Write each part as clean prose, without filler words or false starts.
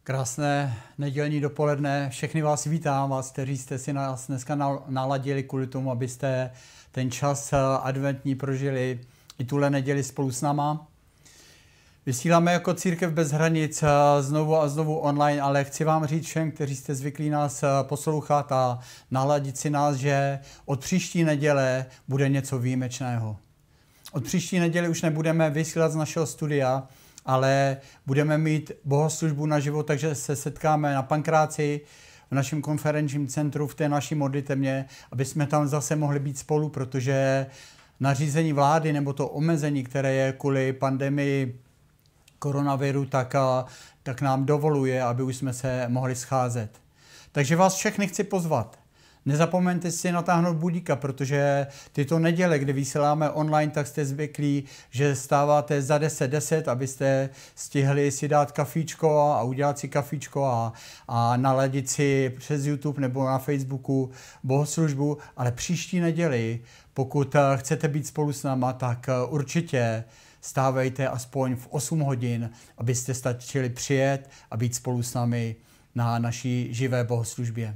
Krásné nedělní dopoledne. Všechny vás vítám, vás, kteří jste si nás dneska naladili kvůli tomu, abyste ten čas adventní prožili i tuhle neděli spolu s náma. Vysíláme jako Církev bez hranic znovu a znovu online, ale chci vám říct všem, kteří jste zvyklí nás poslouchat a naladit si nás, že od příští neděle bude něco výjimečného. Od příští neděle už nebudeme vysílat z našeho studia, ale budeme mít bohoslužbu naživo, takže se setkáme na Pankráci, v našem konferenčním centru, v té naší modlitevně, aby jsme tam zase mohli být spolu, protože nařízení vlády nebo to omezení, které je kvůli pandemii koronaviru, tak nám dovoluje, aby už jsme se mohli scházet. Takže vás všechny chci pozvat. Nezapomeňte si natáhnout budíka, protože tyto neděle, kdy vysíláme online, tak jste zvyklí, že stáváte za 10:10, abyste stihli si dát kafíčko a udělat si kafíčko a naladit si přes YouTube nebo na Facebooku bohoslužbu, ale příští neděli, pokud chcete být spolu s náma, tak určitě stávejte aspoň v 8 hodin, abyste stačili přijet a být spolu s námi na naší živé bohoslužbě.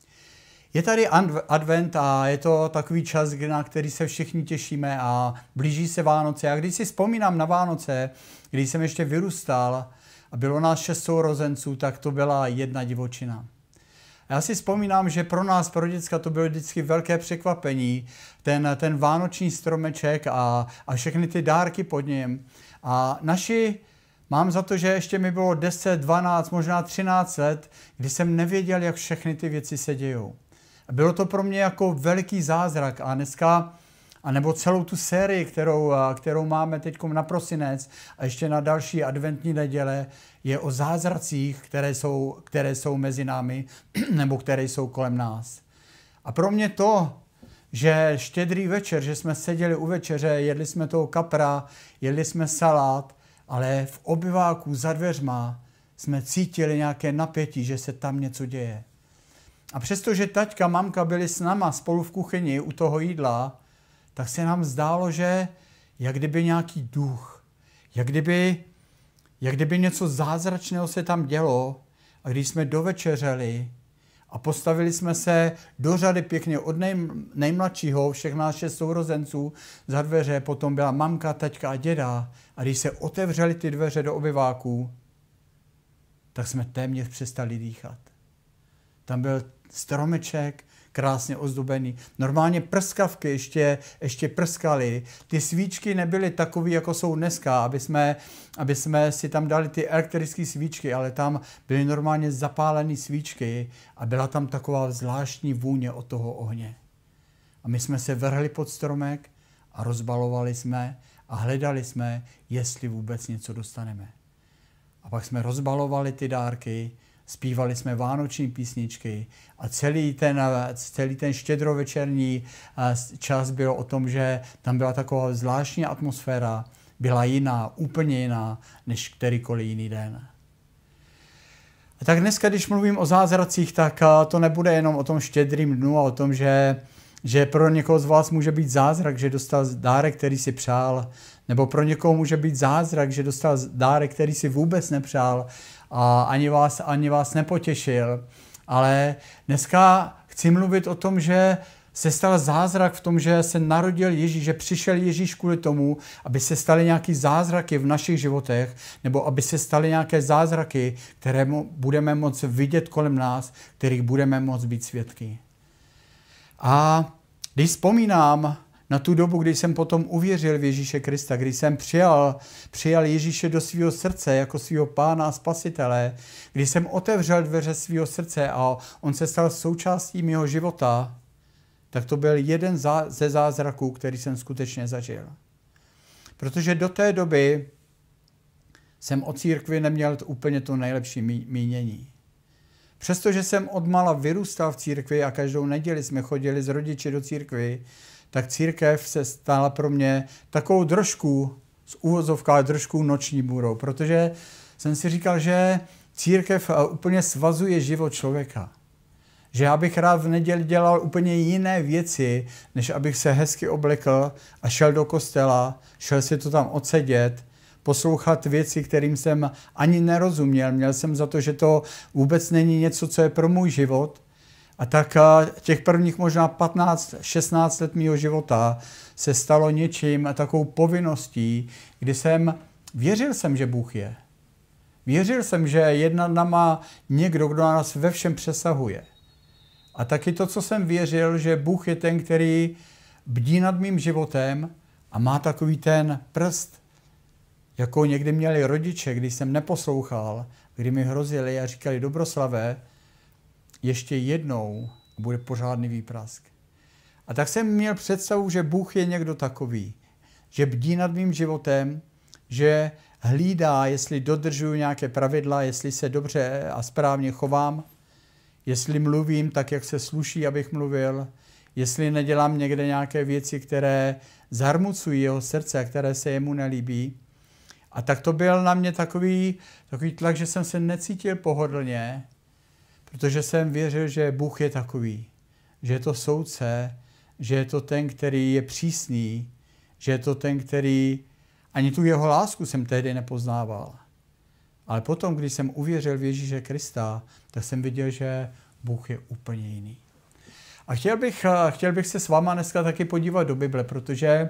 Je tady advent a je to takový čas, na který se všichni těšíme a blíží se Vánoce. A když si vzpomínám na Vánoce, když jsem ještě vyrůstal a bylo nás 6 sourozenců, tak to byla jedna divočina. Já si vzpomínám, že pro nás, pro děcka, to bylo vždycky velké překvapení, ten vánoční stromeček a všechny ty dárky pod ním. A mám za to, že ještě mi bylo 10, 12, možná 13 let, kdy jsem nevěděl, jak všechny ty věci se dějou. A bylo to pro mě jako veliký zázrak a dneska, anebo celou tu sérii, kterou máme teď na prosinec a ještě na další adventní neděle, je o zázracích, které jsou mezi námi nebo které jsou kolem nás. A pro mě to, že štědrý večer, že jsme seděli u večeře, jedli jsme toho kapra, jedli jsme salát, ale v obyváku za dveřma jsme cítili nějaké napětí, že se tam něco děje. A přestože taťka, mamka byli s náma spolu v kuchyni u toho jídla, tak se nám zdálo, že jak kdyby nějaký duch, jak kdyby něco zázračného se tam dělo. A když jsme dovečeřeli a postavili jsme se do řady pěkně od nejmladšího, všech nás 6 sourozenců za dveře, potom byla mamka, taťka a děda. A když se otevřely ty dveře do obyváku, tak jsme téměř přestali dýchat. Tam byl stromeček, krásně ozdobený. Normálně prskavky ještě prskaly. Ty svíčky nebyly takové, jako jsou dneska, aby jsme si tam dali ty elektrické svíčky, ale tam byly normálně zapálené svíčky a byla tam taková zvláštní vůně od toho ohně. A my jsme se vrhli pod stromek a rozbalovali jsme a hledali jsme, jestli vůbec něco dostaneme. A pak jsme rozbalovali ty dárky, zpívali jsme vánoční písničky a celý ten štědrovečerní čas byl o tom, že tam byla taková zvláštní atmosféra, byla jiná, úplně jiná, než kterýkoliv jiný den. A tak dneska, když mluvím o zázracích, tak to nebude jenom o tom štědrým dnu a o tom, že pro někoho z vás může být zázrak, že dostal dárek, který si přál, nebo pro někoho může být zázrak, že dostal dárek, který si vůbec nepřál a ani vás nepotěšil. Ale dneska chci mluvit o tom, že se stal zázrak v tom, že se narodil Ježíš, že přišel Ježíš kvůli tomu, aby se staly nějaké zázraky v našich životech, nebo aby se staly nějaké zázraky, které budeme moct vidět kolem nás, kterých budeme moct být svědky. A když vzpomínám na tu dobu, kdy jsem potom uvěřil v Ježíše Krista, kdy jsem přijal Ježíše do svého srdce jako svého pána a spasitele, kdy jsem otevřel dveře svého srdce a on se stal součástí mého života, tak to byl jeden ze zázraků, který jsem skutečně zažil. Protože do té doby jsem o církvi neměl úplně to nejlepší mínění. Přestože jsem odmala vyrůstal v církvi a každou neděli jsme chodili s rodiči do církvi, tak církev se stala pro mě takovou trošku, z uvozovka trošku noční můrou, protože jsem si říkal, že církev úplně svazuje život člověka. Že já bych rád v neděli dělal úplně jiné věci, než abych se hezky oblekl a šel do kostela, šel si to tam odsedět, poslouchat věci, kterým jsem ani nerozuměl. Měl jsem za to, že to vůbec není něco, co je pro můj život. A tak těch prvních možná 15-16 let mýho života se stalo něčím a takovou povinností, kdy věřil jsem, že Bůh je. Věřil jsem, že je nad náma někdo, kdo nás ve všem přesahuje. A taky to, co jsem věřil, že Bůh je ten, který bdí nad mým životem a má takový ten prst, jako někdy měli rodiče, když jsem neposlouchal, kdy mi hrozili a říkali: Dobroslave, ještě jednou bude pořádný výprask. A tak jsem měl představu, že Bůh je někdo takový, že bdí nad mým životem, že hlídá, jestli dodržuju nějaké pravidla, jestli se dobře a správně chovám, jestli mluvím tak, jak se sluší, abych mluvil, jestli nedělám někde nějaké věci, které zarmucují jeho srdce a které se jemu nelíbí. A tak to byl na mě takový tlak, že jsem se necítil pohodlně, protože jsem věřil, že Bůh je takový, že je to soudce, že je to ten, který je přísný, že je to ten, který ani tu jeho lásku jsem tehdy nepoznával. Ale potom, když jsem uvěřil v Ježíše Krista, tak jsem viděl, že Bůh je úplně jiný. A chtěl bych se s váma dneska taky podívat do Bible, protože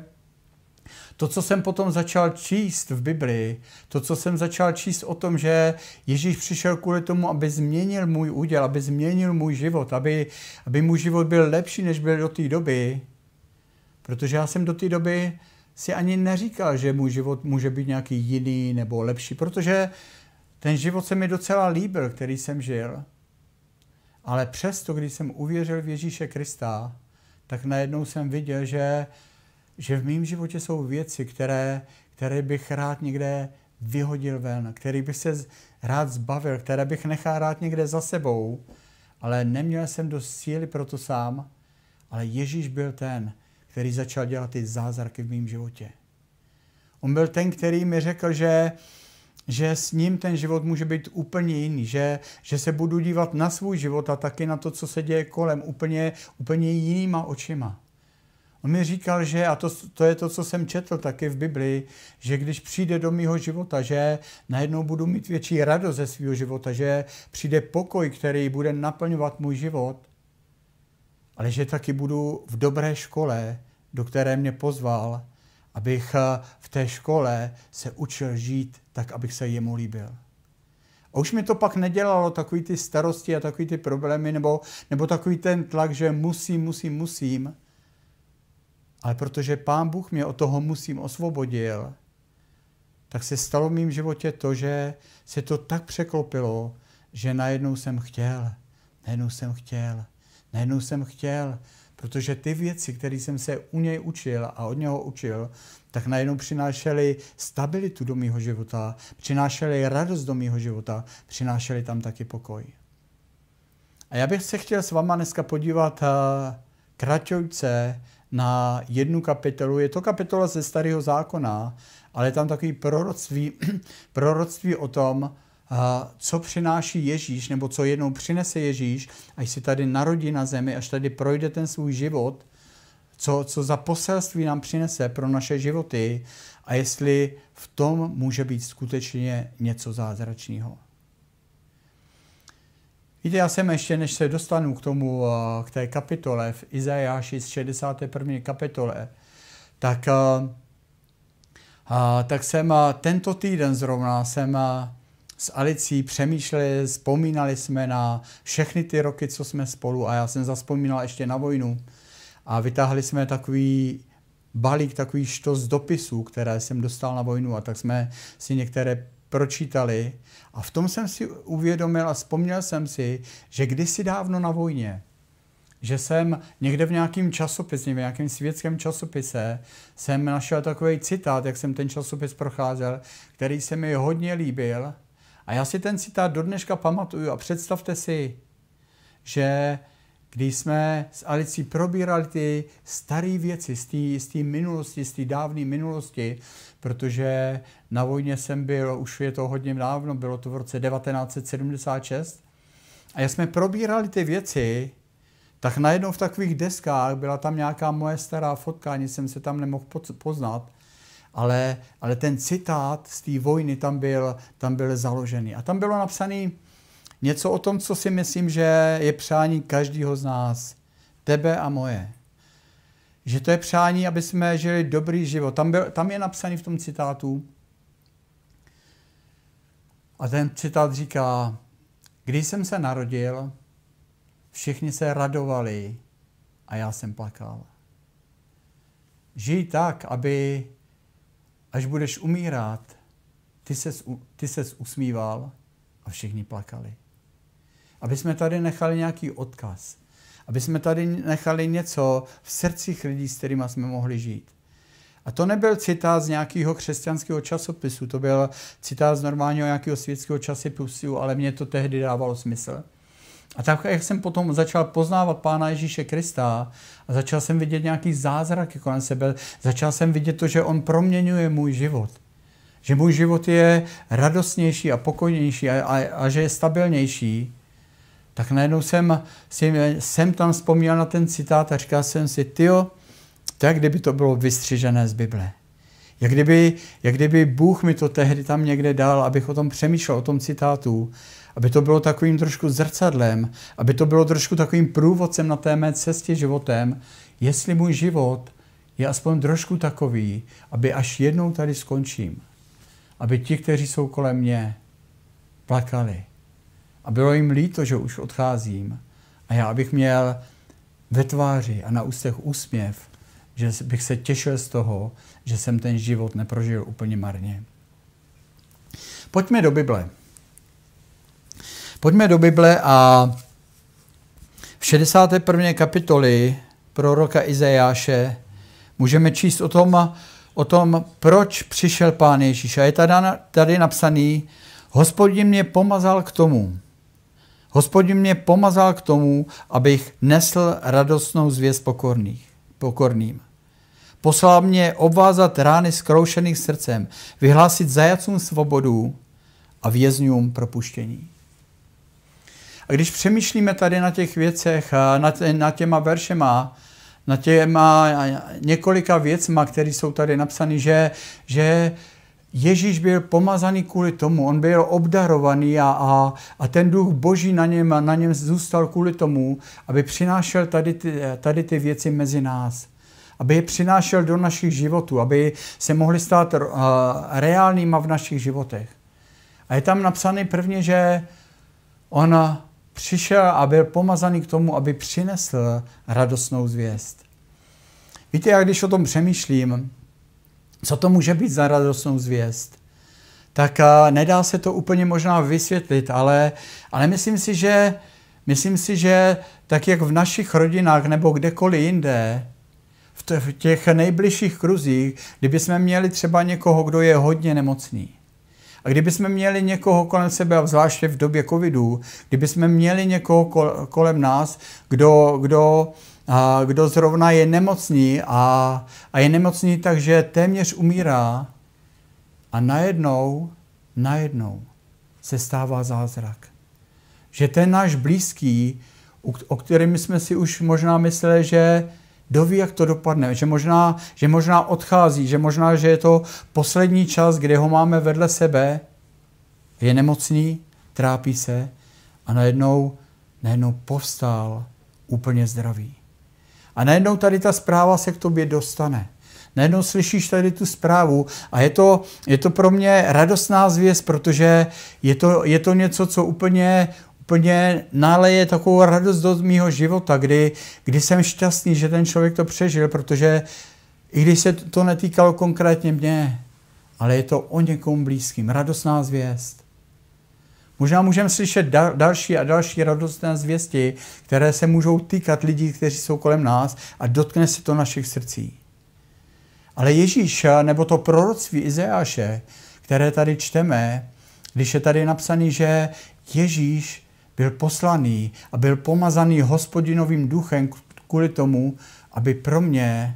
to, co jsem potom začal číst v Biblii, to, co jsem začal číst o tom, že Ježíš přišel kvůli tomu, aby změnil můj úděl, aby změnil můj život, aby můj život byl lepší, než byl do té doby, protože já jsem do té doby si ani neříkal, že můj život může být nějaký jiný nebo lepší, protože ten život se mi docela líbil, který jsem žil. Ale přesto, když jsem uvěřil v Ježíše Krista, tak najednou jsem viděl, že v mém životě jsou věci, které bych rád někde vyhodil ven, který bych se rád zbavil, které bych nechal rád někde za sebou, ale neměl jsem dost síly pro to sám, ale Ježíš byl ten, který začal dělat ty zázraky v mém životě. On byl ten, který mi řekl, že s ním ten život může být úplně jiný, že se budu dívat na svůj život a taky na to, co se děje kolem, úplně jinýma očima. On mi říkal, že, a to je to, co jsem četl taky v Biblii, že když přijde do mýho života, že najednou budu mít větší radost ze svého života, že přijde pokoj, který bude naplňovat můj život, ale že taky budu v dobré škole, do které mě pozval, abych v té škole se učil žít tak, abych se jemu líbil. A už mi to pak nedělalo takový ty starosti a takový ty problémy, nebo takový ten tlak, že musím, ale protože Pán Bůh mě od toho musím osvobodil, tak se stalo v mém životě to, že se to tak překlopilo, že najednou jsem chtěl, protože ty věci, které jsem se u něj učil a od něho učil, tak najednou přinášely stabilitu do mýho života, přinášely radost do mýho života, přinášely tam taky pokoj. A já bych se chtěl s váma dneska podívat kraťojce na jednu kapitolu. Je to kapitola ze Starého zákona, ale je tam takový proroctví o tom, co přináší Ježíš, nebo co jednou přinese Ježíš, až se tady narodí na zemi, až tady projde ten svůj život, co za poselství nám přinese pro naše životy a jestli v tom může být skutečně něco zázračného. Víte, já jsem ještě, než se dostanu k té kapitole v Izajáši z 61. kapitole, tak jsem tento týden zrovna s Alicí přemýšleli, vzpomínali jsme na všechny ty roky, co jsme spolu, a já jsem zavzpomínal ještě na vojnu a vytáhli jsme takový balík, takový štos dopisů, které jsem dostal na vojnu, a tak jsme si některé pročítali a v tom jsem si uvědomil a vzpomněl jsem si, že kdysi dávno na vojně, že jsem někde v nějakém časopise, v nějakém světském časopise, jsem našel takový citát, jak jsem ten časopis procházel, který se mi hodně líbil. A já si ten citát do dneška pamatuju a představte si, že když jsme s Alicí probírali ty staré věci z té minulosti, z té dávné minulosti, protože na vojně jsem byl, už je to hodně dávno, bylo to v roce 1976, a jak jsme probírali ty věci, tak najednou v takových deskách byla tam nějaká moje stará fotka, ani jsem se tam nemohl poznat. ale ten citát z té vojny tam byl založený. A tam bylo napsané něco o tom, co si myslím, že je přání každého z nás, tebe a moje. Že to je přání, aby jsme žili dobrý život. Tam je napsaný v tom citátu. A ten citát říká, když jsem se narodil, všichni se radovali a já jsem plakal. Žij tak, aby až budeš umírat, ty ses usmíval a všichni plakali. Aby jsme tady nechali nějaký odkaz. Aby jsme tady nechali něco v srdcích lidí, s kterými jsme mohli žít. A to nebyl citát z nějakého křesťanského časopisu, to byl citát z normálního nějakého světského časopisu, ale mně to tehdy dávalo smysl. A tak, jak jsem potom začal poznávat Pána Ježíše Krista a začal jsem vidět nějaký zázrak kolem sebe, začal jsem vidět to, že on proměňuje můj život. Že můj život je radostnější a pokojnější a že je stabilnější, tak najednou jsem tam vzpomněl na ten citát a říkal jsem si, tyjo, to jak kdyby to bylo vystřižené z Bible. Jak kdyby Bůh mi to tehdy tam někde dal, abych o tom přemýšlel, o tom citátu, aby to bylo takovým trošku zrcadlem, aby to bylo trošku takovým průvodcem na té mé cestě životem, jestli můj život je aspoň trošku takový, aby až jednou tady skončím, aby ti, kteří jsou kolem mě, plakali. A bylo jim líto, že už odcházím. A já abych měl ve tváři a na ústech úsměv, že bych se těšil z toho, že jsem ten život neprožil úplně marně. Pojďme do Bible. Pojďme do Bible a v 61. kapitoli proroka Izajáše můžeme číst o tom, proč přišel Pán Ježíš. A je tady napsaný, Hospodin mě pomazal k tomu. Hospodin mě pomazal k tomu, abych nesl radostnou zvěst pokorným. Poslal mě obvázat rány zkroušených srdcem, vyhlásit zajatcům svobodu a vězňům propuštění. A když přemýšlíme tady na těch věcech, na těma veršema, na těma několika věcma, které jsou tady napsané, že Ježíš byl pomazaný kvůli tomu, on byl obdarovaný a ten duch Boží na něm zůstal kvůli tomu, aby přinášel tady ty věci mezi nás. Aby je přinášel do našich životů, aby se mohly stát reálnýma v našich životech. A je tam napsaný prvně, že on přišel a byl pomazaný k tomu, aby přinesl radostnou zvěst. Víte, jak když o tom přemýšlím, co to může být za radostnou zvěst, tak nedá se to úplně možná vysvětlit, ale myslím si, že tak jak v našich rodinách nebo kdekoliv jinde, v těch nejbližších kruzích, kdyby jsme měli třeba někoho, kdo je hodně nemocný, a kdyby jsme měli někoho kolem sebe, a zvláště v době covidu, kdyby jsme měli někoho kolem nás, kdo zrovna je nemocný a je nemocný tak, že téměř umírá a najednou se stává zázrak. Že ten náš blízký, o kterém jsme si už možná mysleli, že doví, jak to dopadne, že možná odchází, že je to poslední čas, kde ho máme vedle sebe, je nemocný, trápí se a najednou povstal úplně zdravý. A najednou tady ta zpráva se k tobě dostane. Najednou slyšíš tady tu zprávu a je to pro mě radostná zvěst, protože je to něco, co úplně naleje takovou radost do mýho života, kdy jsem šťastný, že ten člověk to přežil, protože i když se to netýkalo konkrétně mě, ale je to o někom blízkým. Radostná zvěst. Možná můžeme slyšet další a další radostné zvěsti, které se můžou týkat lidí, kteří jsou kolem nás a dotkne se to našich srdcí. Ale Ježíš, nebo to proroctví Izajáše, které tady čteme, když je tady napsaný, že Ježíš byl poslaný a byl pomazaný Hospodinovým duchem kvůli tomu, aby pro mě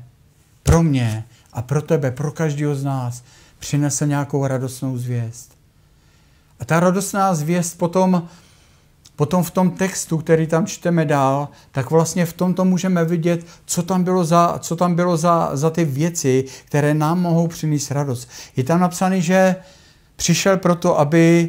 a pro tebe, pro každého z nás přinesl nějakou radostnou zvěst. A ta radostná zvěst potom potom v tom textu, který tam čteme dál, tak vlastně v tomto můžeme vidět, co tam bylo za ty věci, které nám mohou přinést radost. Je tam napsané, že přišel proto,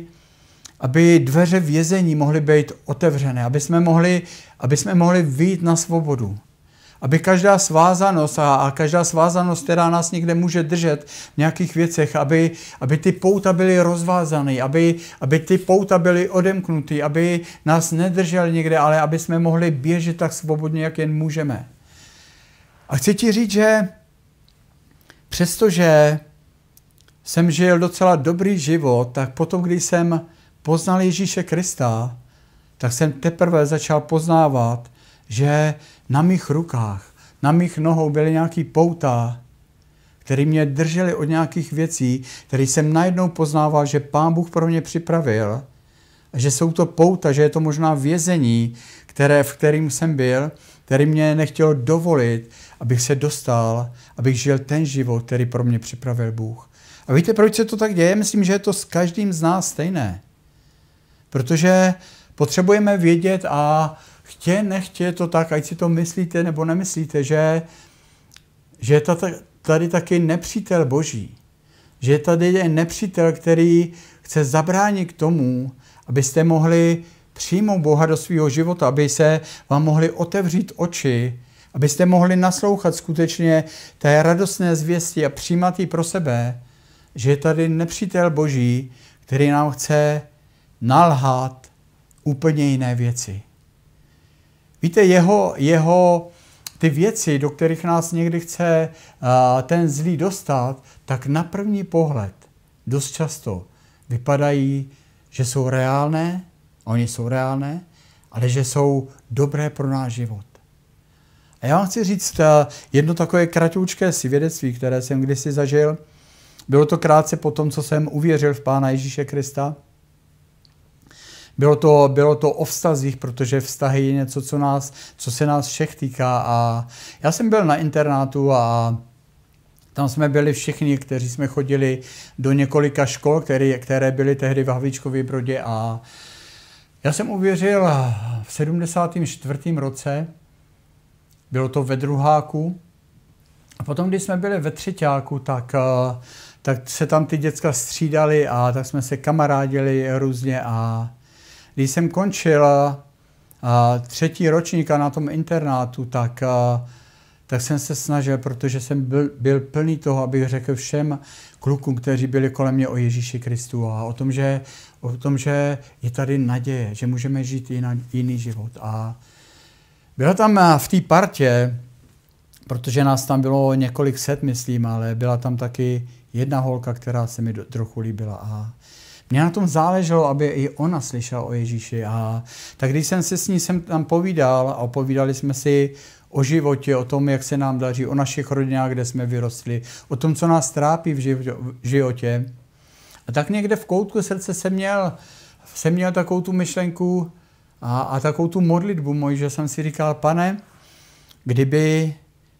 aby dveře vězení mohly být otevřené, aby jsme mohli vyjít na svobodu. Aby každá svázanost a každá svázanost, která nás někde může držet v nějakých věcech, aby ty pouta byly rozvázané, aby ty pouta byly odemknuté, aby nás nedrželi někde, ale aby jsme mohli běžet tak svobodně, jak jen můžeme. A chci ti říct, že přestože jsem žil docela dobrý život, tak potom, když jsem poznal Ježíše Krista, tak jsem teprve začal poznávat, že na mých rukách, na mých nohou byly nějaký pouta, které mě držely od nějakých věcí, které jsem najednou poznával, že Pán Bůh pro mě připravil, a že jsou to pouta, že je to možná vězení, v kterým jsem byl, který mě nechtělo dovolit, abych se dostal, abych žil ten život, který pro mě připravil Bůh. A víte, proč se to tak děje? Myslím, že je to s každým z nás stejné. Protože potřebujeme vědět a nechtě to tak, ať si to myslíte nebo nemyslíte, že je tady taky nepřítel Boží. Že tady je nepřítel, který chce zabránit k tomu, abyste mohli přijmout Boha do svého života, aby se vám mohli otevřít oči, abyste mohli naslouchat skutečně té radostné zvěsti a přijímat ji pro sebe, že je tady nepřítel Boží, který nám chce nalhat úplně jiné věci. Víte, jeho ty věci, do kterých nás někdy chce ten zlý dostat, tak na první pohled dost často vypadají, že jsou reálné, oni jsou reálné, ale že jsou dobré pro náš život. A já vám chci říct jedno takové kratoučké svědectví, které jsem kdysi zažil. Bylo to krátce po tom, co jsem uvěřil v Pána Ježíše Krista. Bylo to o vztazích, protože vztahy je něco, co se nás všech týká. A já jsem byl na internátu a tam jsme byli všichni, kteří jsme chodili do několika škol, které byly tehdy v Havlíčkově Brodě. A já jsem uvěřil v 74. roce, bylo to ve druháku. A potom, když jsme byli ve třeťáku, tak se tam ty děcka střídali a tak jsme se kamarádili různě. A když jsem končil třetí ročník na tom internátu, tak jsem se snažil, protože jsem byl plný toho, abych řekl všem klukům, kteří byli kolem mě, o Ježíši Kristu a o tom, že je tady naděje, že můžeme žít jiný život. A byla tam v té partě, protože nás tam bylo několik set, myslím, ale byla tam taky jedna holka, která se mi trochu líbila. A mně na tom záleželo, aby i ona slyšela o Ježíši. A tak když jsem se s ní tam povídal a povídali jsme si o životě, o tom, jak se nám daří, o našich rodinách, kde jsme vyrostli, o tom, co nás trápí v životě. A tak někde v koutku srdce jsem měl takovou tu myšlenku a takovou tu modlitbu moji, že jsem si říkal, Pane, kdyby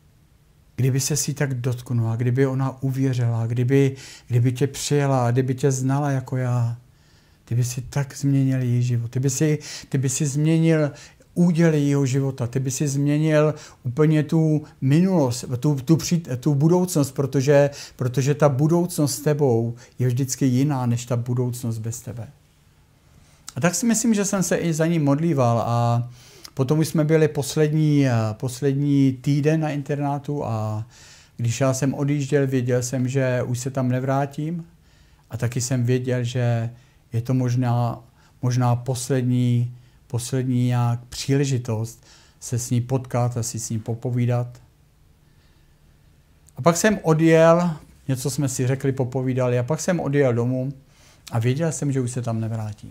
se si tak dotknula, kdyby ona uvěřila, kdyby tě přijela, kdyby tě znala jako já, ty by si tak změnil její život, ty by si změnil úděl jejího života, ty by si změnil úplně tu minulost, tu budoucnost, protože ta budoucnost s tebou je vždycky jiná, než ta budoucnost bez tebe. A tak si myslím, že jsem se i za ní modlíval a potom už jsme byli poslední týden na internátu a když já jsem odjížděl, věděl jsem, že už se tam nevrátím a taky jsem věděl, že je to možná poslední nějak příležitost se s ní potkat a si s ní popovídat. A pak jsem odjel, něco jsme si řekli, popovídali a pak jsem odjel domů a věděl jsem, že už se tam nevrátím.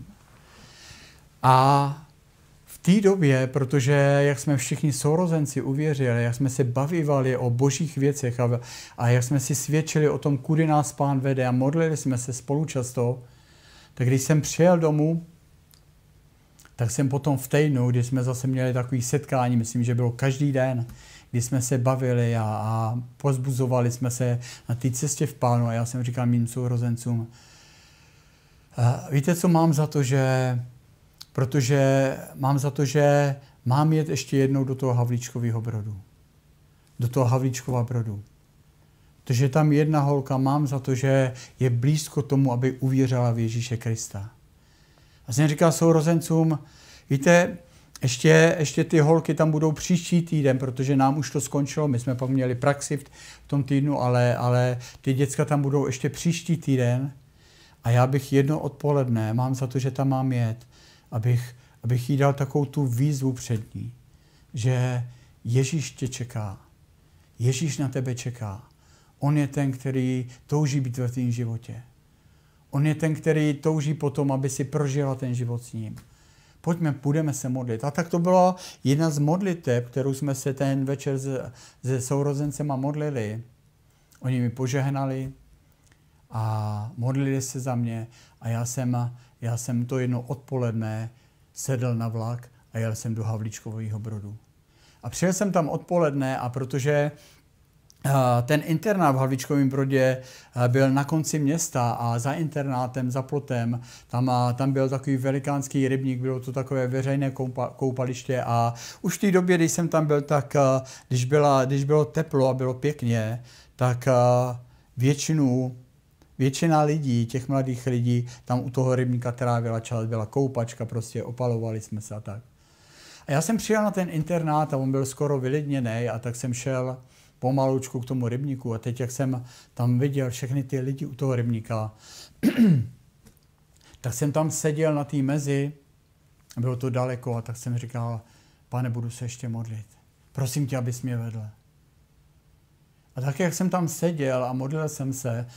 A v té době, protože jak jsme všichni sourozenci uvěřili, jak jsme se bavívali o božích věcech a jak jsme si svědčili o tom, kudy nás Pán vede a modlili jsme se spolu často, tak když jsem přijel domů, tak jsem potom v týdnu, kdy jsme zase měli takové setkání, myslím, že bylo každý den, kdy jsme se bavili a pozbuzovali jsme se na té cestě v Pánu a já jsem říkal mým sourozencům, víte, co mám za to, že protože mám za to, že mám jet ještě jednou do toho Havlíčkového Brodu. Do toho Havlíčkova Brodu. Protože tam jedna holka, mám za to, že je blízko tomu, aby uvěřila v Ježíše Krista. A jsem říkal sourozencům, víte, ještě ty holky tam budou příští týden, protože nám už to skončilo, my jsme pak měli praxi v tom týdnu, ale ty děcka tam budou ještě příští týden a já bych jedno odpoledne, mám za to, že tam mám jet, abych jí dal takovou tu výzvu před ní, že Ježíš tě čeká, Ježíš na tebe čeká. On je ten, který touží být ve tvém životě. On je ten, který touží potom, aby si prožila ten život s ním. Pojďme, budeme se modlit. A tak to byla jedna z modliteb, kterou jsme se ten večer se sourozencema modlili. Oni mi požehnali a modlili se za mě a já jsem to jedno odpoledne sedl na vlak a jel jsem do Havlíčkového Brodu. A přijel jsem tam odpoledne a protože ten internát v Havlíčkovém Brodě byl na konci města a za internátem, za plotem, tam byl takový velikánský rybník, bylo to takové veřejné koupaliště a už v té době, když jsem tam byl, tak když bylo teplo a bylo pěkně, tak většina lidí, těch mladých lidí, tam u toho rybníka trávila čas, byla koupačka, prostě opalovali jsme se a tak. A já jsem přijel na ten internát a on byl skoro vylidněný a tak jsem šel pomalučku k tomu rybníku a teď, jak jsem tam viděl všechny ty lidi u toho rybníka, tak jsem tam seděl na té mezi, bylo to daleko a tak jsem říkal, Pane, budu se ještě modlit. Prosím tě, abys mě vedl. A tak, jak jsem tam seděl a modlil jsem se,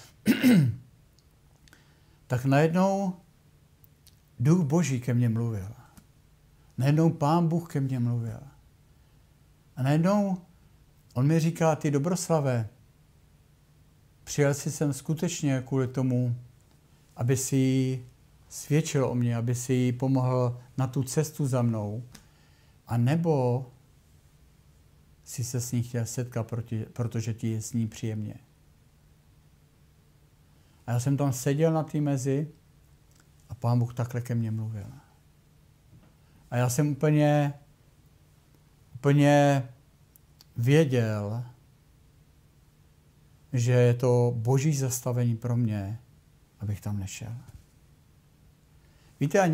tak najednou Duch Boží ke mně mluvil. Najednou Pán Bůh ke mně mluvil. A najednou on mi říká, ty Dobroslave, přijel jsi sem skutečně kvůli tomu, aby si svědčil o mě, aby si pomohl na tu cestu za mnou, a nebo si se s ní chtěl setkat, protože ti je s ní příjemně. A já jsem tam seděl na té mezi a Pán Bůh takhle ke mně mluvil. A já jsem úplně věděl, že je to Boží zastavení pro mě, abych tam nešel. Víte, a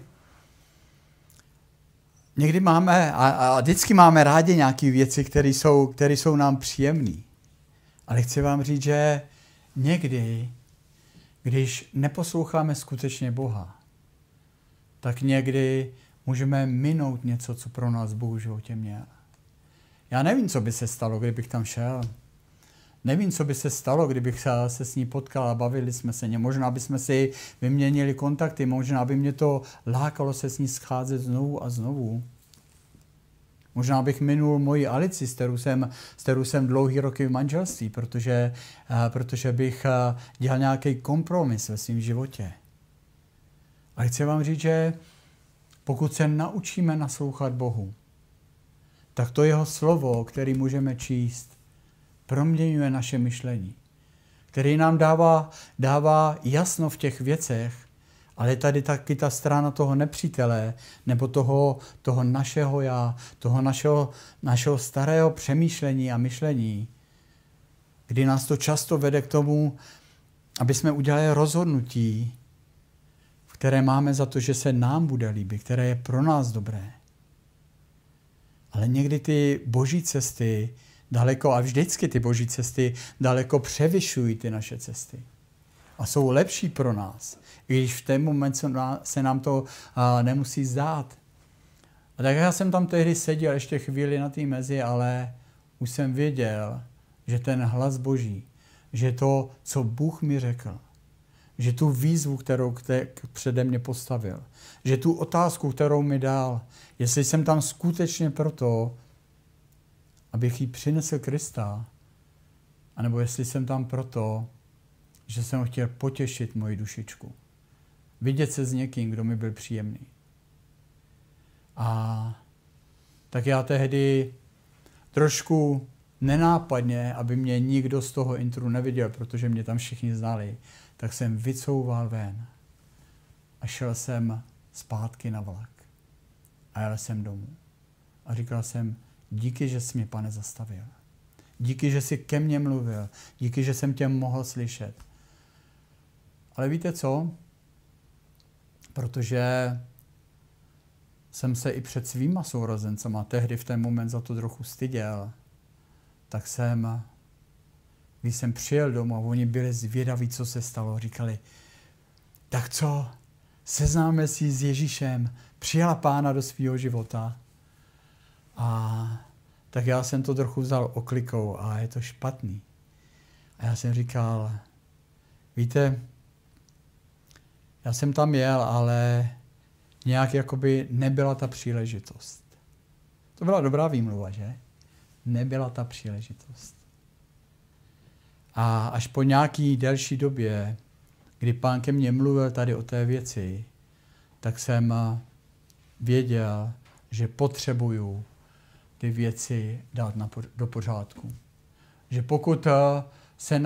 někdy máme, a vždycky máme rádi nějaké věci, které jsou nám příjemné. Ale chci vám říct, že někdy, když neposloucháme skutečně Boha, tak někdy můžeme minout něco, co pro nás Bůh v životě měl. Já nevím, co by se stalo, kdybych tam šel. Nevím, co by se stalo, kdybych se s ní potkal a bavili jsme se. Možná bychom si vyměnili kontakty, možná by mě to lákalo se s ní scházet znovu a znovu. Možná bych minul moji Alici, s kterou jsem dlouhý roky v manželství, protože bych dělal nějaký kompromis ve svém životě. Ale chci vám říct, že pokud se naučíme naslouchat Bohu, tak to jeho slovo, který můžeme číst, proměňuje naše myšlení, který nám dává jasno v těch věcech, ale tady taky ta strana toho nepřítele, nebo toho našeho já, toho našeho starého přemýšlení a myšlení, kdy nás to často vede k tomu, aby jsme udělali rozhodnutí, které máme za to, že se nám bude líbit, které je pro nás dobré. Ale někdy ty boží cesty daleko, a vždycky ty boží cesty daleko převyšují ty naše cesty. A jsou lepší pro nás, i když v ten moment se nám to nemusí zdát. A tak já jsem tam tehdy seděl ještě chvíli na té mezi, ale už jsem věděl, že ten hlas Boží, že to, co Bůh mi řekl, že tu výzvu, kterou přede mě postavil, že tu otázku, kterou mi dal, jestli jsem tam skutečně proto, abych jí přinesl Krista, anebo jestli jsem tam proto, že jsem chtěl potěšit moji dušičku. Vidět se s někým, kdo mi byl příjemný. A tak já tehdy trošku nenápadně, aby mě nikdo z toho intru neviděl, protože mě tam všichni znali, tak jsem vycouval ven a šel jsem zpátky na vlak. A jel jsem domů. A říkal jsem, díky, že jsi mě, Pane, zastavil. Díky, že jsi ke mně mluvil. Díky, že jsem tě mohl slyšet. Ale víte co? Protože jsem se i před svýma sourozencema tehdy v ten moment za to trochu styděl, tak když jsem přijel domů a oni byli zvědaví, co se stalo, říkali, tak co, seznáme si s Ježíšem, přijala Pána do svého života. A tak já jsem to trochu vzal oklikou a je to špatný. A já jsem říkal, víte, já jsem tam jel, ale nějak jakoby nebyla ta příležitost. To byla dobrá výmluva, že? Nebyla ta příležitost. A až po nějaký delší době, kdy Pán ke mně mluvil tady o té věci, tak jsem věděl, že potřebuju ty věci dát do pořádku. Že pokud se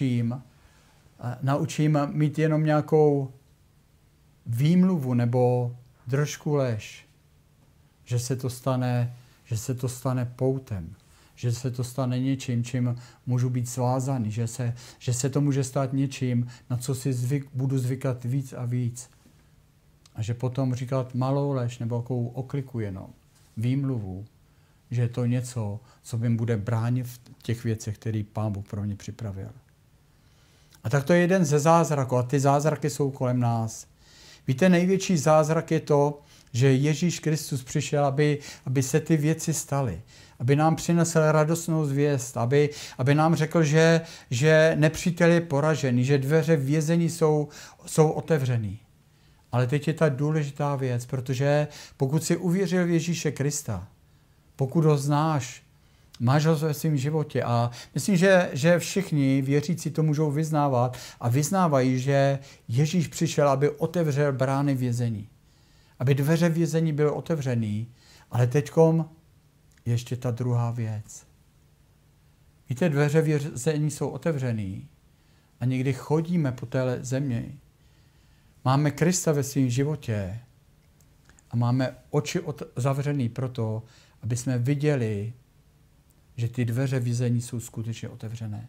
naučím mít jenom nějakou výmluvu nebo držku lež, že se to stane poutem, že se to stane něčím, čím můžu být svázaný, že se to může stát něčím, na co si budu zvykat víc a víc. A že potom říkat malou lež nebo takovou okliku jenom, výmluvu, že je to něco, co mi bude bránit v těch věcech, které Pán Bůh pro mě připravil. A tak to je jeden ze zázraků a ty zázraky jsou kolem nás. Víte, největší zázrak je to, že Ježíš Kristus přišel, aby se ty věci staly. Aby nám přinesl radostnou zvěst, aby nám řekl, že nepřítel je poražený, že dveře vězení jsou otevřený. Ale teď je ta důležitá věc, protože pokud jsi uvěřil v Ježíše Krista, pokud ho znáš, máš ho ve svém životě a myslím, že všichni věřící to můžou vyznávat a vyznávají, že Ježíš přišel, aby otevřel brány vězení. Aby dveře vězení byly otevřený, ale teďkom ještě ta druhá věc. Víte, dveře vězení jsou otevřený a někdy chodíme po té zemi. Máme Krista ve svém životě a máme oči zavřený proto, aby jsme viděli, že ty dveře vězení jsou skutečně otevřené.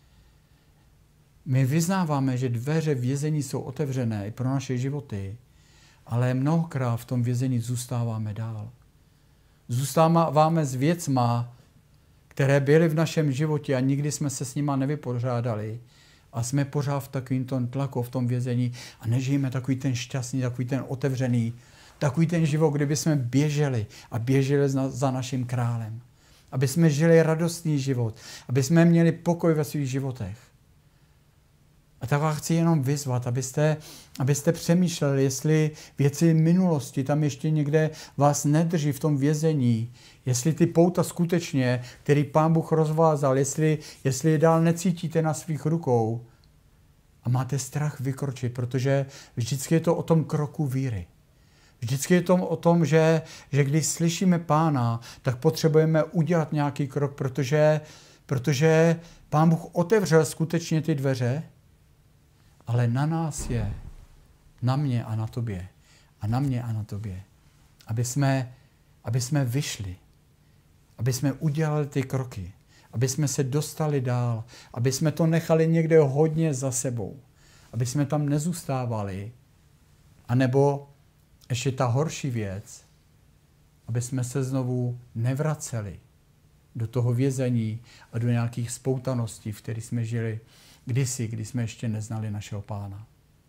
My vyznáváme, že dveře vězení jsou otevřené i pro naše životy, ale mnohokrát v tom vězení zůstáváme dál. Zůstáváme s věcma, které byly v našem životě a nikdy jsme se s nima nevypořádali a jsme pořád v takovém tom tlaku, v tom vězení a nežijeme takový ten šťastný, takový ten otevřený, takový ten život, kdyby jsme běželi za naším králem. Aby jsme žili radostný život, aby jsme měli pokoj ve svých životech. A tak vás chci jenom vyzvat, abyste přemýšleli, jestli věci minulosti tam ještě někde vás nedrží v tom vězení, jestli ty pouta skutečně, který Pán Bůh rozvázal, jestli je dál necítíte na svých rukou a máte strach vykročit, protože vždycky je to o tom kroku víry. Vždycky je to o tom, že když slyšíme Pána, tak potřebujeme udělat nějaký krok, protože Pán Bůh otevřel skutečně ty dveře, ale na nás je, na mě a na tobě, a na mě a na tobě, aby jsme vyšli, aby jsme udělali ty kroky, aby jsme se dostali dál, aby jsme to nechali někde hodně za sebou, aby jsme tam nezůstávali, anebo ještě ta horší věc, aby jsme se znovu nevraceli do toho vězení a do nějakých spoutaností, v kterých jsme žili kdysi, když jsme ještě neznali našeho Pána.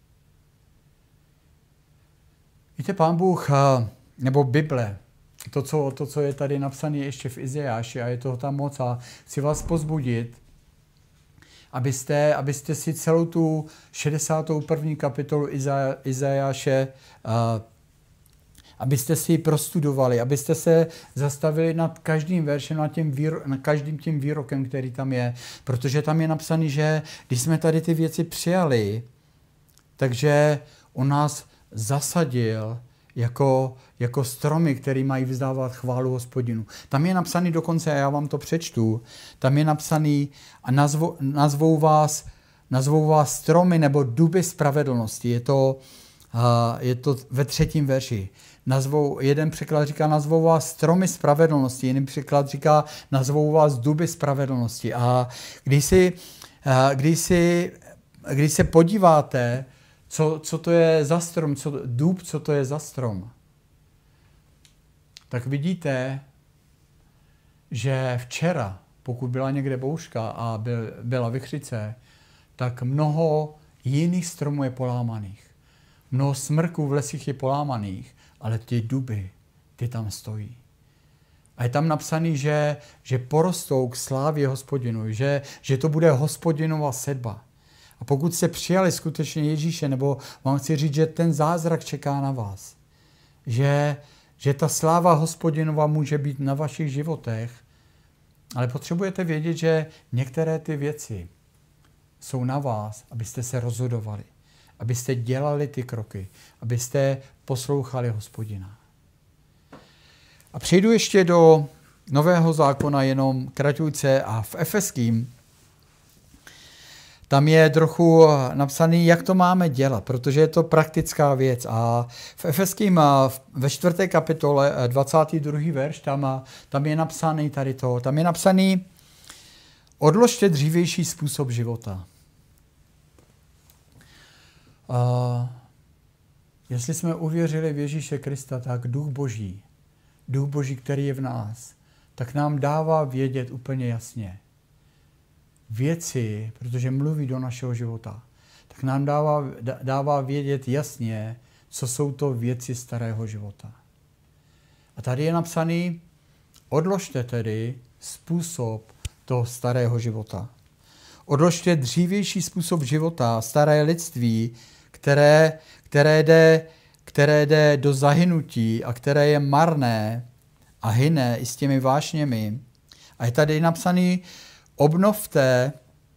Víte, Pán Bůh, nebo Bible, to, co je tady napsané ještě v Izajáši a je toho tam moc a chci vás pozbudit, abyste si celou tu 61. kapitolu Izajáše abyste si ji prostudovali, abyste se zastavili nad každým veršem, nad každým tím výrokem, který tam je. Protože tam je napsaný, že když jsme tady ty věci přijali, takže on nás zasadil jako stromy, který mají vzdávat chválu Hospodinu. Tam je napsaný dokonce, a já vám to přečtu, tam je napsaný a nazvou vás stromy nebo duby spravedlnosti. Je to Je to ve 3. verši. Jeden překlad říká, nazvou vás stromy spravedlnosti, jiný překlad říká, nazvou vás duby spravedlnosti. A když se podíváte, co to je za strom, co to je za strom, tak vidíte, že včera, pokud byla někde bouřka a byla vichřice, tak mnoho jiných stromů je polámaných. Mnoho smrků v lesích je polámaných, ale ty duby, ty tam stojí. A je tam napsaný, že porostou k slávě Hospodinu, že to bude Hospodinova sedba. A pokud jste přijali skutečně Ježíše, nebo vám chci říct, že ten zázrak čeká na vás, že ta sláva Hospodinova může být na vašich životech, ale potřebujete vědět, že některé ty věci jsou na vás, abyste se rozhodovali, abyste dělali ty kroky, abyste poslouchali Hospodina. A přejdu ještě do Nového zákona jenom kraťujce a v Efeským. Tam je trochu napsaný, jak to máme dělat, protože je to praktická věc. A v Efeským ve 4. kapitole 22. verš, tam je napsaný tady to. Tam je napsaný, odložte dřívější způsob života. Jestli jsme uvěřili v Ježíše Krista, tak Duch Boží, který je v nás, tak nám dává vědět úplně jasně věci, protože mluví do našeho života, tak nám dává vědět jasně, co jsou to věci starého života. A tady je napsaný, odložte tedy způsob toho starého života. Odložte dřívější způsob života, staré lidství, které jde do zahynutí a které je marné a hyne i s těmi vášněmi. A je tady napsaný, obnovte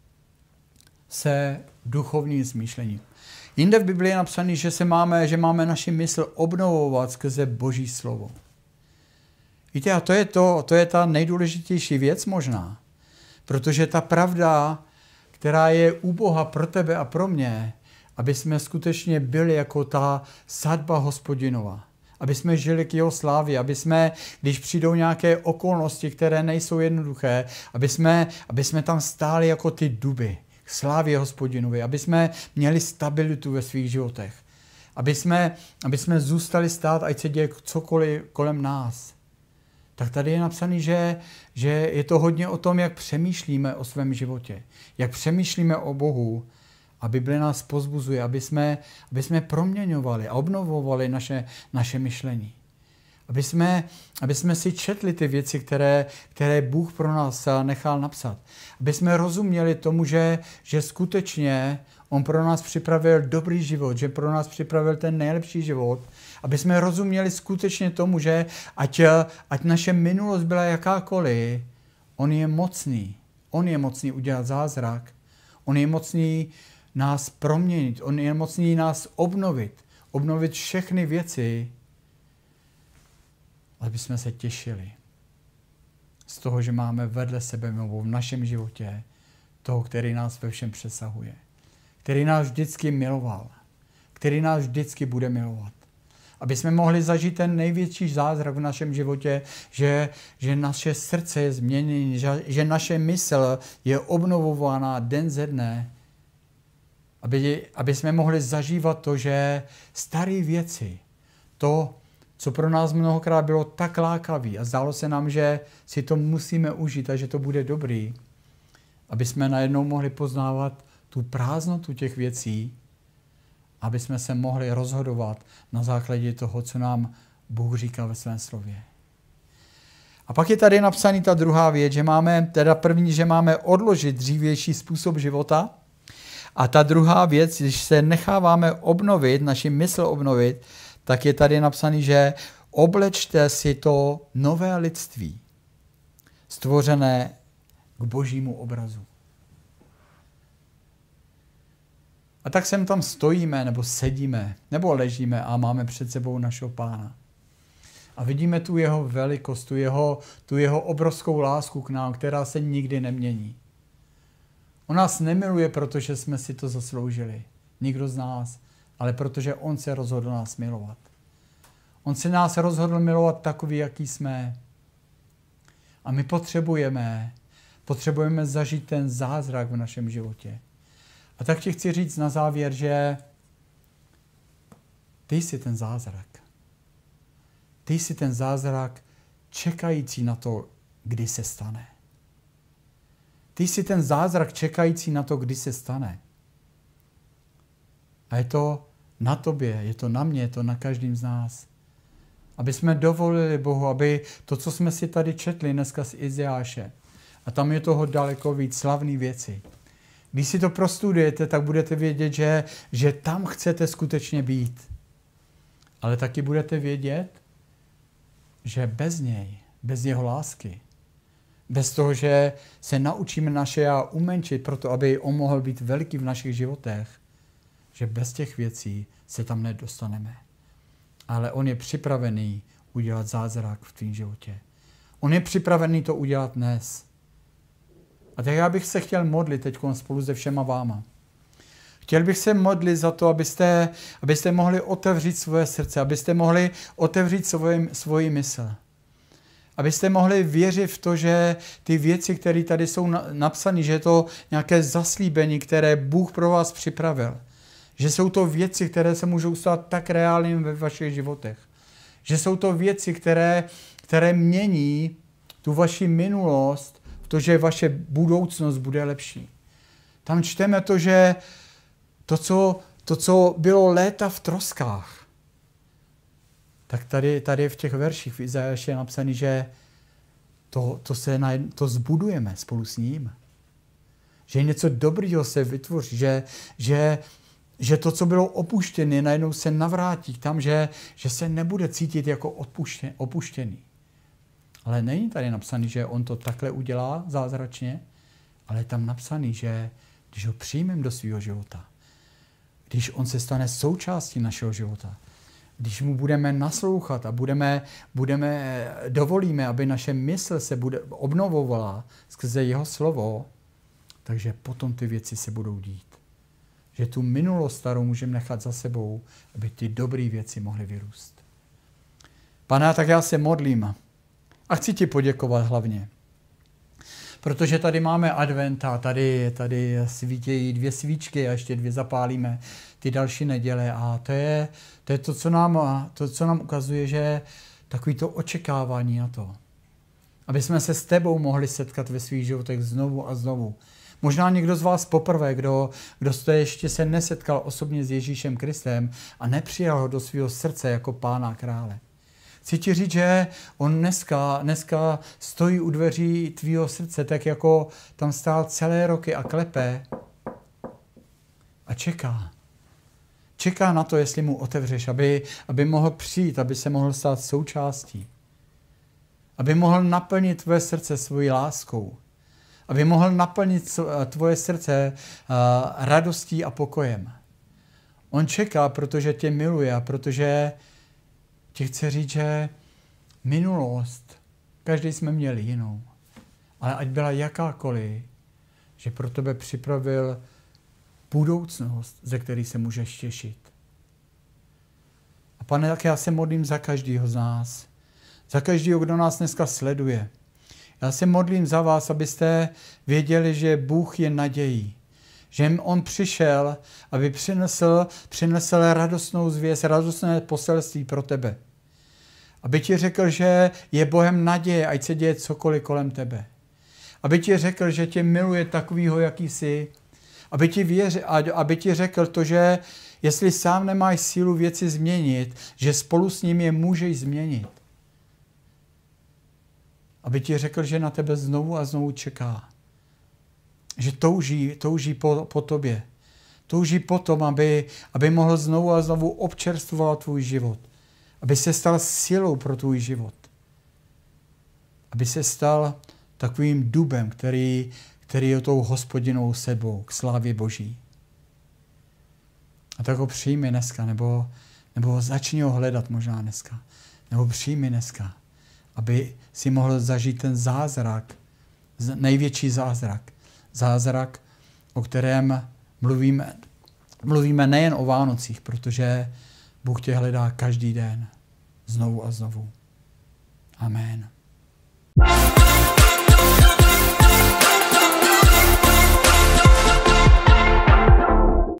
se duchovním smýšlením. Jinde v Biblii je napsaný, že máme naši mysl obnovovat skrze Boží slovo. Víte, a to je ta nejdůležitější věc možná. Protože ta pravda, která je u Boha pro tebe a pro mě, aby jsme skutečně byli jako ta sadba Hospodinova. Aby jsme žili k jeho slávě, aby jsme, když přijdou nějaké okolnosti, které nejsou jednoduché, aby jsme tam stáli jako ty duby k slávě Hospodinovi, aby jsme měli stabilitu ve svých životech. Aby jsme zůstali stát, ať se děje cokoliv kolem nás. Tak tady je napsaný, že je to hodně o tom, jak přemýšlíme o svém životě, jak přemýšlíme o Bohu, a Bible nás pozbuzuje, aby jsme proměňovali a obnovovali naše myšlení. Aby jsme si četli ty věci, které Bůh pro nás nechal napsat. Aby jsme rozuměli tomu, že skutečně On pro nás připravil dobrý život, že pro nás připravil ten nejlepší život. Aby jsme rozuměli skutečně tomu, že ať naše minulost byla jakákoliv, On je mocný. On je mocný udělat zázrak. On je mocný nás proměnit. On je mocný nás obnovit všechny věci, aby jsme se těšili z toho, že máme vedle sebe nebo v našem životě toho, který nás ve všem přesahuje, který nás vždycky miloval, který nás vždycky bude milovat. Aby jsme mohli zažít ten největší zázrak v našem životě, že naše srdce je změněné, že naše mysl je obnovována den ze dne, aby jsme mohli zažívat to, že staré věci, to, co pro nás mnohokrát bylo tak lákavý a zdálo se nám, že si to musíme užít a že to bude dobrý, aby jsme najednou mohli poznávat tu prázdnotu těch věcí, aby jsme se mohli rozhodovat na základě toho, co nám Bůh říká ve svém slově. A pak je tady napsaný ta druhá věc, že máme odložit dřívější způsob života. A ta druhá věc, když se necháváme obnovit, naši mysl obnovit, tak je tady napsaný, že oblečte si to nové lidství, stvořené k Božímu obrazu. A tak sem tam stojíme, nebo sedíme, nebo ležíme a máme před sebou našeho Pána. A vidíme tu jeho velikost, tu jeho obrovskou lásku k nám, která se nikdy nemění. On nás nemiluje, protože jsme si to zasloužili. Nikdo z nás. ale protože on se rozhodl nás milovat. On se nás rozhodl milovat takový, jaký jsme. A my potřebujeme zažít ten zázrak v našem životě. A tak ti chci říct na závěr, že ty jsi ten zázrak. Ty jsi ten zázrak čekající na to, kdy se stane. Ty jsi ten zázrak čekající na to, kdy se stane. A je to na tobě, je to na mě, je to na každém z nás. Aby jsme dovolili Bohu, aby to, co jsme si tady četli dneska z Izajáše, a tam je toho daleko víc slavný věci. Když si to prostudujete, tak budete vědět, že tam chcete skutečně být. Ale taky budete vědět, že bez něj, bez jeho lásky, bez toho, že se naučíme naše já umenšit proto, aby on mohl být veliký v našich životech, že bez těch věcí se tam nedostaneme. Ale on je připravený udělat zázrak v tvém životě. On je připravený to udělat dnes. A tak já bych se chtěl modlit teď spolu se všema váma. Chtěl bych se modlit za to, abyste mohli otevřít svoje srdce, abyste mohli otevřít svoji mysl. Abyste mohli věřit v to, že ty věci, které tady jsou napsané, že je to nějaké zaslíbení, které Bůh pro vás připravil. Že jsou to věci, které se můžou stát tak reálnými ve vašich životech. Že jsou to věci, které mění tu vaši minulost v to, že vaše budoucnost bude lepší. Tam čteme to, že to, co bylo léta v troskách, tak tady v těch verších v Izajáši je napsané, že to zbudujeme spolu s ním. Že něco dobrýho se vytvoří, že to, co bylo opuštěné, najednou se navrátí tam, že se nebude cítit jako opuštěný. Ale není tady napsaný, že on to takhle udělá zázračně, ale je tam napsaný, že když ho přijmeme do svého života, když on se stane součástí našeho života, když mu budeme naslouchat a dovolíme, aby naše mysl se obnovovala skrze jeho slovo, takže potom ty věci se budou dít. Že tu minulost starou můžeme nechat za sebou, aby ty dobré věci mohly vyrůst. Pane, tak já se modlím a chci ti poděkovat hlavně. Protože tady máme advent a tady svítějí 2 svíčky a ještě 2 zapálíme ty další neděle. A to je to, co nám ukazuje, že takový to očekávání na to. Aby jsme se s tebou mohli setkat ve svých životech znovu a znovu. Možná někdo z vás poprvé, kdo jste ještě se nesetkal osobně s Ježíšem Kristem a nepřijal ho do svého srdce jako Pána krále. Chci ti říct, že on dneska stojí u dveří tvýho srdce, tak jako tam stál celé roky a klepe a čeká. Čeká na to, jestli mu otevřeš, aby mohl přijít, aby se mohl stát součástí. Aby mohl naplnit tvoje srdce svojí láskou. Aby mohl naplnit tvoje srdce radostí a pokojem. On čeká, protože tě miluje a protože ti chce říct, že minulost, každý jsme měli jinou, ale ať byla jakákoliv, že pro tebe připravil budoucnost, ze které se můžeš těšit. A Pane, tak já se modlím za každého z nás, za každého, kdo nás dneska sleduje. Já se modlím za vás, abyste věděli, že Bůh je nadějí. Že on přišel, aby přinesl radostnou zvěst, radostné poselství pro tebe. Aby ti řekl, že je Bohem naděje, ať se děje cokoliv kolem tebe. Aby ti řekl, že tě miluje takovýho, jaký jsi. Aby ti řekl to, že jestli sám nemáš sílu věci změnit, že spolu s ním je můžeš změnit. Aby ti řekl, že na tebe znovu a znovu čeká. Že touží po tobě. Touží po tom, aby mohl znovu a znovu občerstvovat tvůj život. Aby se stal silou pro tvůj život. Aby se stal takovým dubem, který je tou Hospodinou sebou k slávě Boží. A tak ho přijmi dneska, nebo začni ho hledat možná dneska. Nebo přijmi dneska, aby si mohl zažít ten zázrak, největší zázrak. Zázrak, o kterém mluvíme mluvíme nejen o Vánocích, protože Bůh tě hledá každý den, znovu a znovu. Amen.